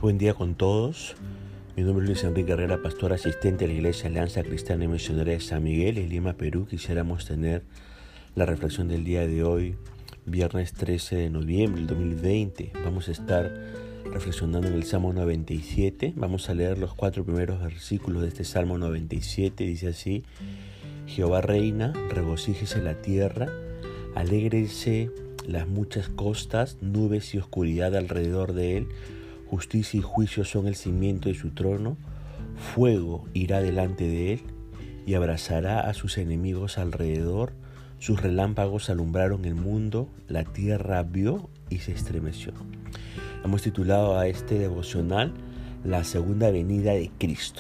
Buen día con todos. Mi nombre es Luis Enrique Herrera, pastor asistente de la Iglesia Alianza Cristiana y Misionera de San Miguel en Lima, Perú. Quisiéramos tener la reflexión del día de hoy, viernes 13 de noviembre del 2020. Vamos a estar reflexionando en el Salmo 97. Vamos a leer los 4 primeros versículos de este Salmo 97. Dice así: Jehová reina, regocíjese la tierra, alégrese las muchas costas, nubes y oscuridad alrededor de él. Justicia y juicio son el cimiento de su trono. Fuego irá delante de él y abrazará a sus enemigos alrededor. Sus relámpagos alumbraron el mundo, la tierra vio y se estremeció. Hemos titulado a este devocional La segunda venida de Cristo.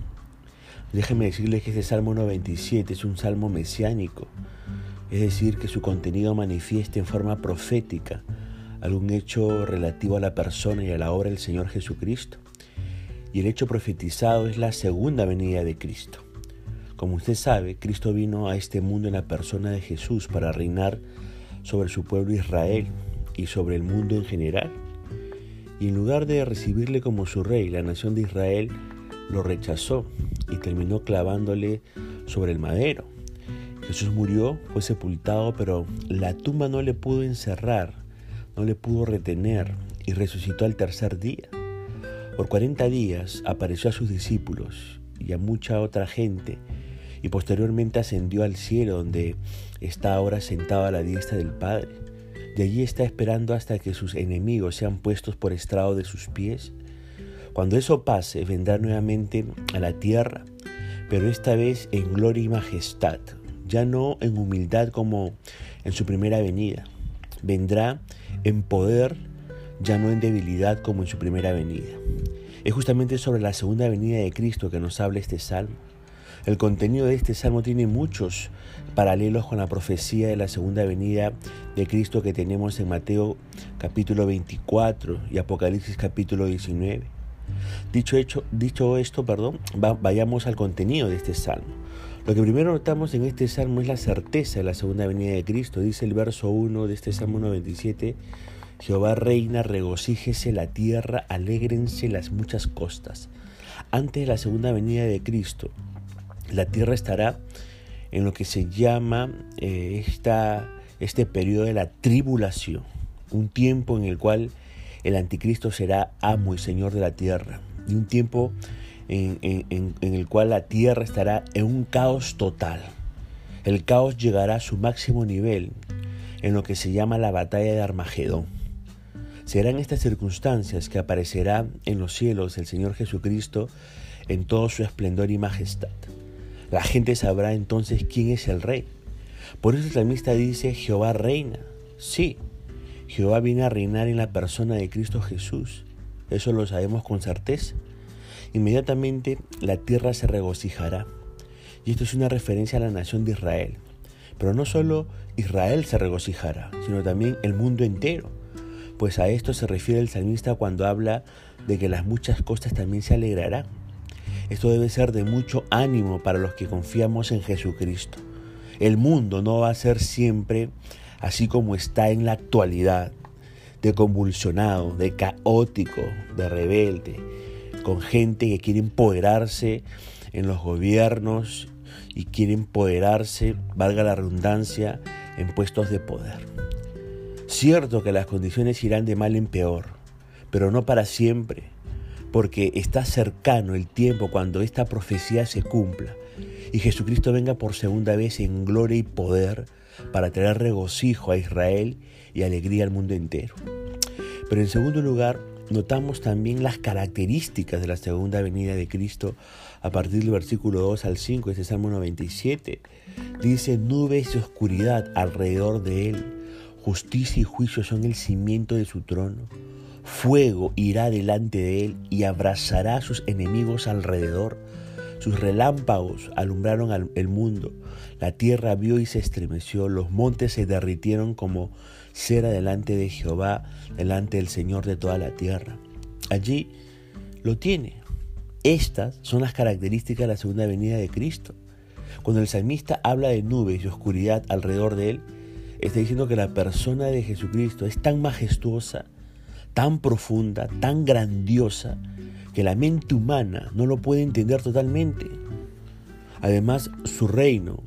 Déjenme decirles que este Salmo 97 es un salmo mesiánico, es decir, que su contenido manifiesta en forma profética algún hecho relativo a la persona y a la obra del Señor Jesucristo. Y el hecho profetizado es la segunda venida de Cristo. Como usted sabe, Cristo vino a este mundo en la persona de Jesús para reinar sobre su pueblo Israel y sobre el mundo en general. Y en lugar de recibirle como su rey, la nación de Israel lo rechazó y terminó clavándole sobre el madero. Jesús murió, fue sepultado, pero la tumba no le pudo encerrar, no le pudo retener, y resucitó al tercer día. Por 40 días apareció a sus discípulos y a mucha otra gente, y posteriormente ascendió al cielo, donde está ahora sentado a la diestra del Padre. De allí está esperando hasta que sus enemigos sean puestos por estrado de sus pies. Cuando eso pase, vendrá nuevamente a la tierra, pero esta vez en gloria y majestad, ya no en humildad como en su primera venida. Vendrá en poder, ya no en debilidad como en su primera venida. Es justamente sobre la segunda venida de Cristo que nos habla este salmo. El contenido de este salmo tiene muchos paralelos con la profecía de la segunda venida de Cristo que tenemos en Mateo capítulo 24 y Apocalipsis capítulo 19. Dicho esto, vayamos al contenido de este salmo. Lo que primero notamos en este salmo es la certeza de la segunda venida de Cristo. Dice el verso 1 de este Salmo 97, Jehová reina, regocíjese la tierra, alégrense las muchas costas. Antes de la segunda venida de Cristo, la tierra estará en lo que se llama este periodo de la tribulación, un tiempo en el cual el anticristo será amo y señor de la tierra, y un tiempo en el cual la tierra estará en un caos total. El caos llegará a su máximo nivel en lo que se llama la batalla de Armagedón. Serán estas circunstancias que aparecerá en los cielos el Señor Jesucristo en todo su esplendor y majestad. La gente sabrá entonces quién es el Rey. Por eso el salmista dice: Jehová reina. Sí, Jehová viene a reinar en la persona de Cristo Jesús. Eso lo sabemos con certeza. Inmediatamente la tierra se regocijará. Y esto es una referencia a la nación de Israel. Pero no solo Israel se regocijará, sino también el mundo entero. Pues a esto se refiere el salmista cuando habla de que las muchas costas también se alegrarán. Esto debe ser de mucho ánimo para los que confiamos en Jesucristo. El mundo no va a ser siempre así como está en la actualidad, de convulsionado, de caótico, de rebelde, con gente que quiere empoderarse en los gobiernos y quiere empoderarse, valga la redundancia, en puestos de poder. Cierto que las condiciones irán de mal en peor, pero no para siempre, porque está cercano el tiempo cuando esta profecía se cumpla y Jesucristo venga por segunda vez en gloria y poder para traer regocijo a Israel y alegría al mundo entero. Pero en segundo lugar, notamos también las características de la segunda venida de Cristo a partir del versículo 2 al 5 de este Salmo 97. Dice: nubes y oscuridad alrededor de él, justicia y juicio son el cimiento de su trono. Fuego irá delante de él y abrazará a sus enemigos alrededor. Sus relámpagos alumbraron el mundo. La tierra vio y se estremeció. Los montes se derritieron como cera delante de Jehová, delante del Señor de toda la tierra. Allí lo tiene. Estas son las características de la segunda venida de Cristo. Cuando el salmista habla de nubes y oscuridad alrededor de él, está diciendo que la persona de Jesucristo es tan majestuosa, tan profunda, tan grandiosa, que la mente humana no lo puede entender totalmente. Además, su reino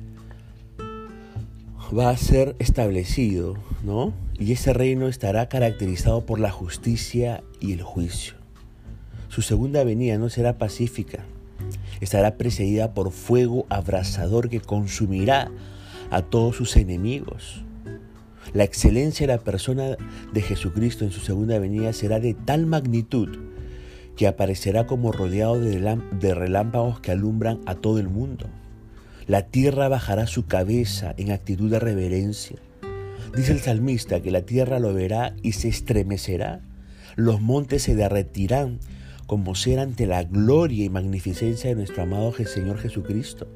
va a ser establecido, ¿no? Y ese reino estará caracterizado por la justicia y el juicio. Su segunda venida no será pacífica, estará precedida por fuego abrasador que consumirá a todos sus enemigos. La excelencia de la persona de Jesucristo en su segunda venida será de tal magnitud que aparecerá como rodeado de relámpagos que alumbran a todo el mundo. La tierra bajará su cabeza en actitud de reverencia. Dice el salmista que la tierra lo verá y se estremecerá. Los montes se derretirán como cera ante la gloria y magnificencia de nuestro amado Señor Jesucristo.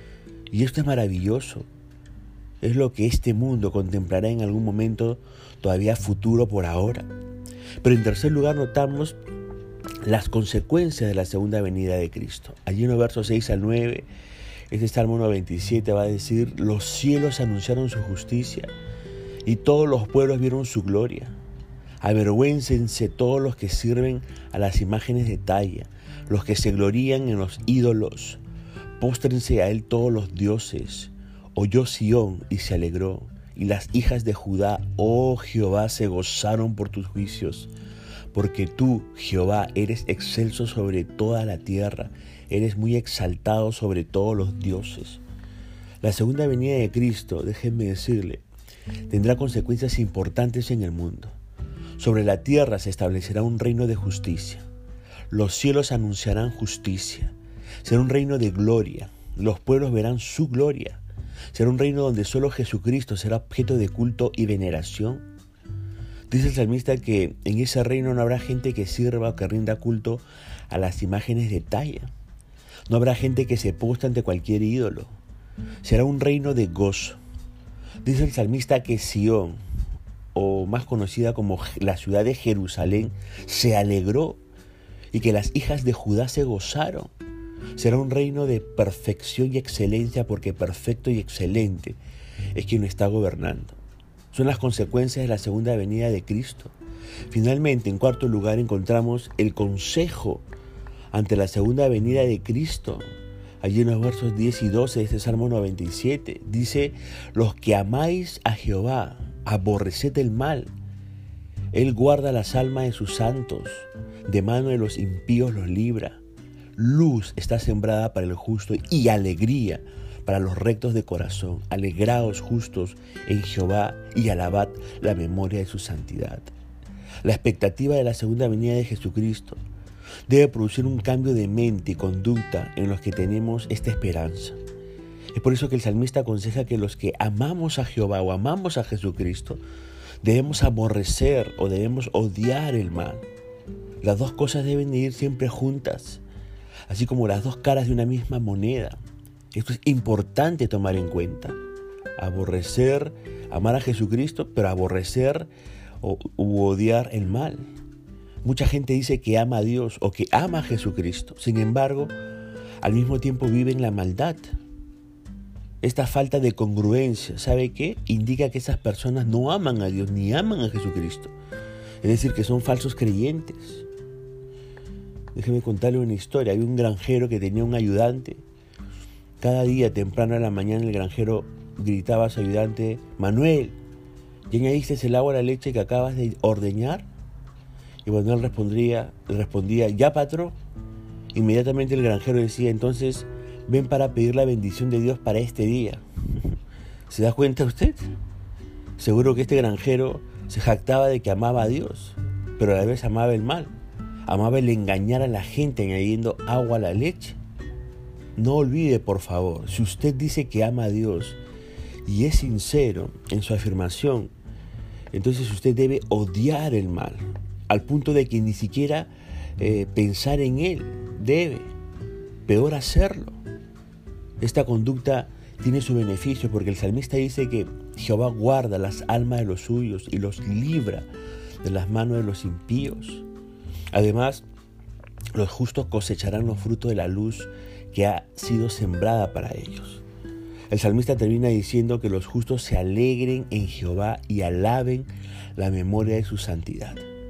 Y esto es maravilloso. Es lo que este mundo contemplará en algún momento todavía futuro por ahora. Pero en tercer lugar notamos las consecuencias de la segunda venida de Cristo. Allí en los versos 6 al 9, este Salmo 97 va a decir: los cielos anunciaron su justicia y todos los pueblos vieron su gloria. Avergüéncense todos los que sirven a las imágenes de talla, los que se glorían en los ídolos. Póstrense a él todos los dioses. Oyó Sión y se alegró, y las hijas de Judá, oh Jehová, se gozaron por tus juicios. Porque tú, Jehová, eres excelso sobre toda la tierra, eres muy exaltado sobre todos los dioses. La segunda venida de Cristo, déjenme decirle, tendrá consecuencias importantes en el mundo. Sobre la tierra se establecerá un reino de justicia. Los cielos anunciarán justicia. Será un reino de gloria. Los pueblos verán su gloria. Será un reino donde solo Jesucristo será objeto de culto y veneración. Dice el salmista que en ese reino no habrá gente que sirva o que rinda culto a las imágenes de talla. No habrá gente que se postre ante cualquier ídolo. Será un reino de gozo. Dice el salmista que Sión, o más conocida como la ciudad de Jerusalén, se alegró y que las hijas de Judá se gozaron. Será un reino de perfección y excelencia, porque perfecto y excelente es quien lo está gobernando. Son las consecuencias de la segunda venida de Cristo. Finalmente, en cuarto lugar, encontramos el consejo ante la segunda venida de Cristo. Allí en los versos 10 y 12 de este Salmo 97 dice: los que amáis a Jehová, aborreced el mal. Él guarda las almas de sus santos, de mano de los impíos los libra. Luz está sembrada para el justo y alegría para los rectos de corazón. Alegraos justos en Jehová y alabad la memoria de su santidad. La expectativa de la segunda venida de Jesucristo debe producir un cambio de mente y conducta en los que tenemos esta esperanza. Es por eso que el salmista aconseja que los que amamos a Jehová o amamos a Jesucristo debemos aborrecer o debemos odiar el mal. Las dos cosas deben ir siempre juntas, así como las dos caras de una misma moneda. Esto es importante tomar en cuenta. Aborrecer, amar a Jesucristo, pero aborrecer u odiar el mal. Mucha gente dice que ama a Dios o que ama a Jesucristo. Sin embargo, al mismo tiempo vive en la maldad. Esta falta de congruencia, ¿sabe qué? Indica que esas personas no aman a Dios ni aman a Jesucristo. Es decir, que son falsos creyentes. Déjeme contarle una historia. Había un granjero que tenía un ayudante. Cada día temprano a la mañana el granjero gritaba a su ayudante: Manuel, ¿ya añadiste el agua a la leche que acabas de ordeñar? Y Manuel respondía: ya, patrón. Inmediatamente el granjero decía: entonces ven para pedir la bendición de Dios para este día. ¿Se da cuenta usted? Seguro que este granjero se jactaba de que amaba a Dios, pero a la vez amaba el mal. Amaba el engañar a la gente añadiendo agua a la leche. No olvide, por favor, si usted dice que ama a Dios y es sincero en su afirmación, entonces usted debe odiar el mal, al punto de que ni siquiera pensar en él debe, peor hacerlo. Esta conducta tiene su beneficio porque el salmista dice que Jehová guarda las almas de los suyos y los libra de las manos de los impíos. Además, los justos cosecharán los frutos de la luz que ha sido sembrada para ellos. El salmista termina diciendo que los justos se alegren en Jehová y alaben la memoria de su santidad.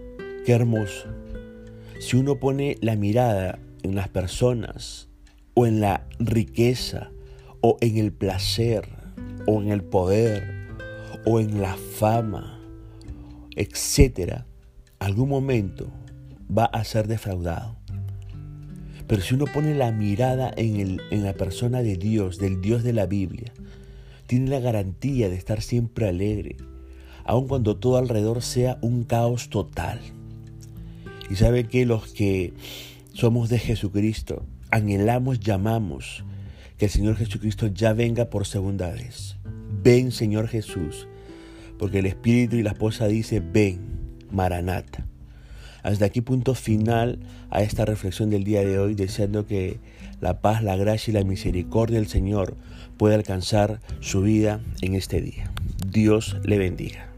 Qué hermoso. Si uno pone la mirada en las personas, o en la riqueza, o en el placer, o en el poder, o en la fama, etcétera, algún momento va a ser defraudado. Pero si uno pone la mirada en la persona de Dios, del Dios de la Biblia, tiene la garantía de estar siempre alegre, aun cuando todo alrededor sea un caos total. Y sabe que los que somos de Jesucristo, anhelamos, llamamos que el Señor Jesucristo ya venga por segunda vez. Ven, Señor Jesús, porque el Espíritu y la esposa dice, ven, Maranata. Hasta aquí punto final a esta reflexión del día de hoy, deseando que la paz, la gracia y la misericordia del Señor pueda alcanzar su vida en este día. Dios le bendiga.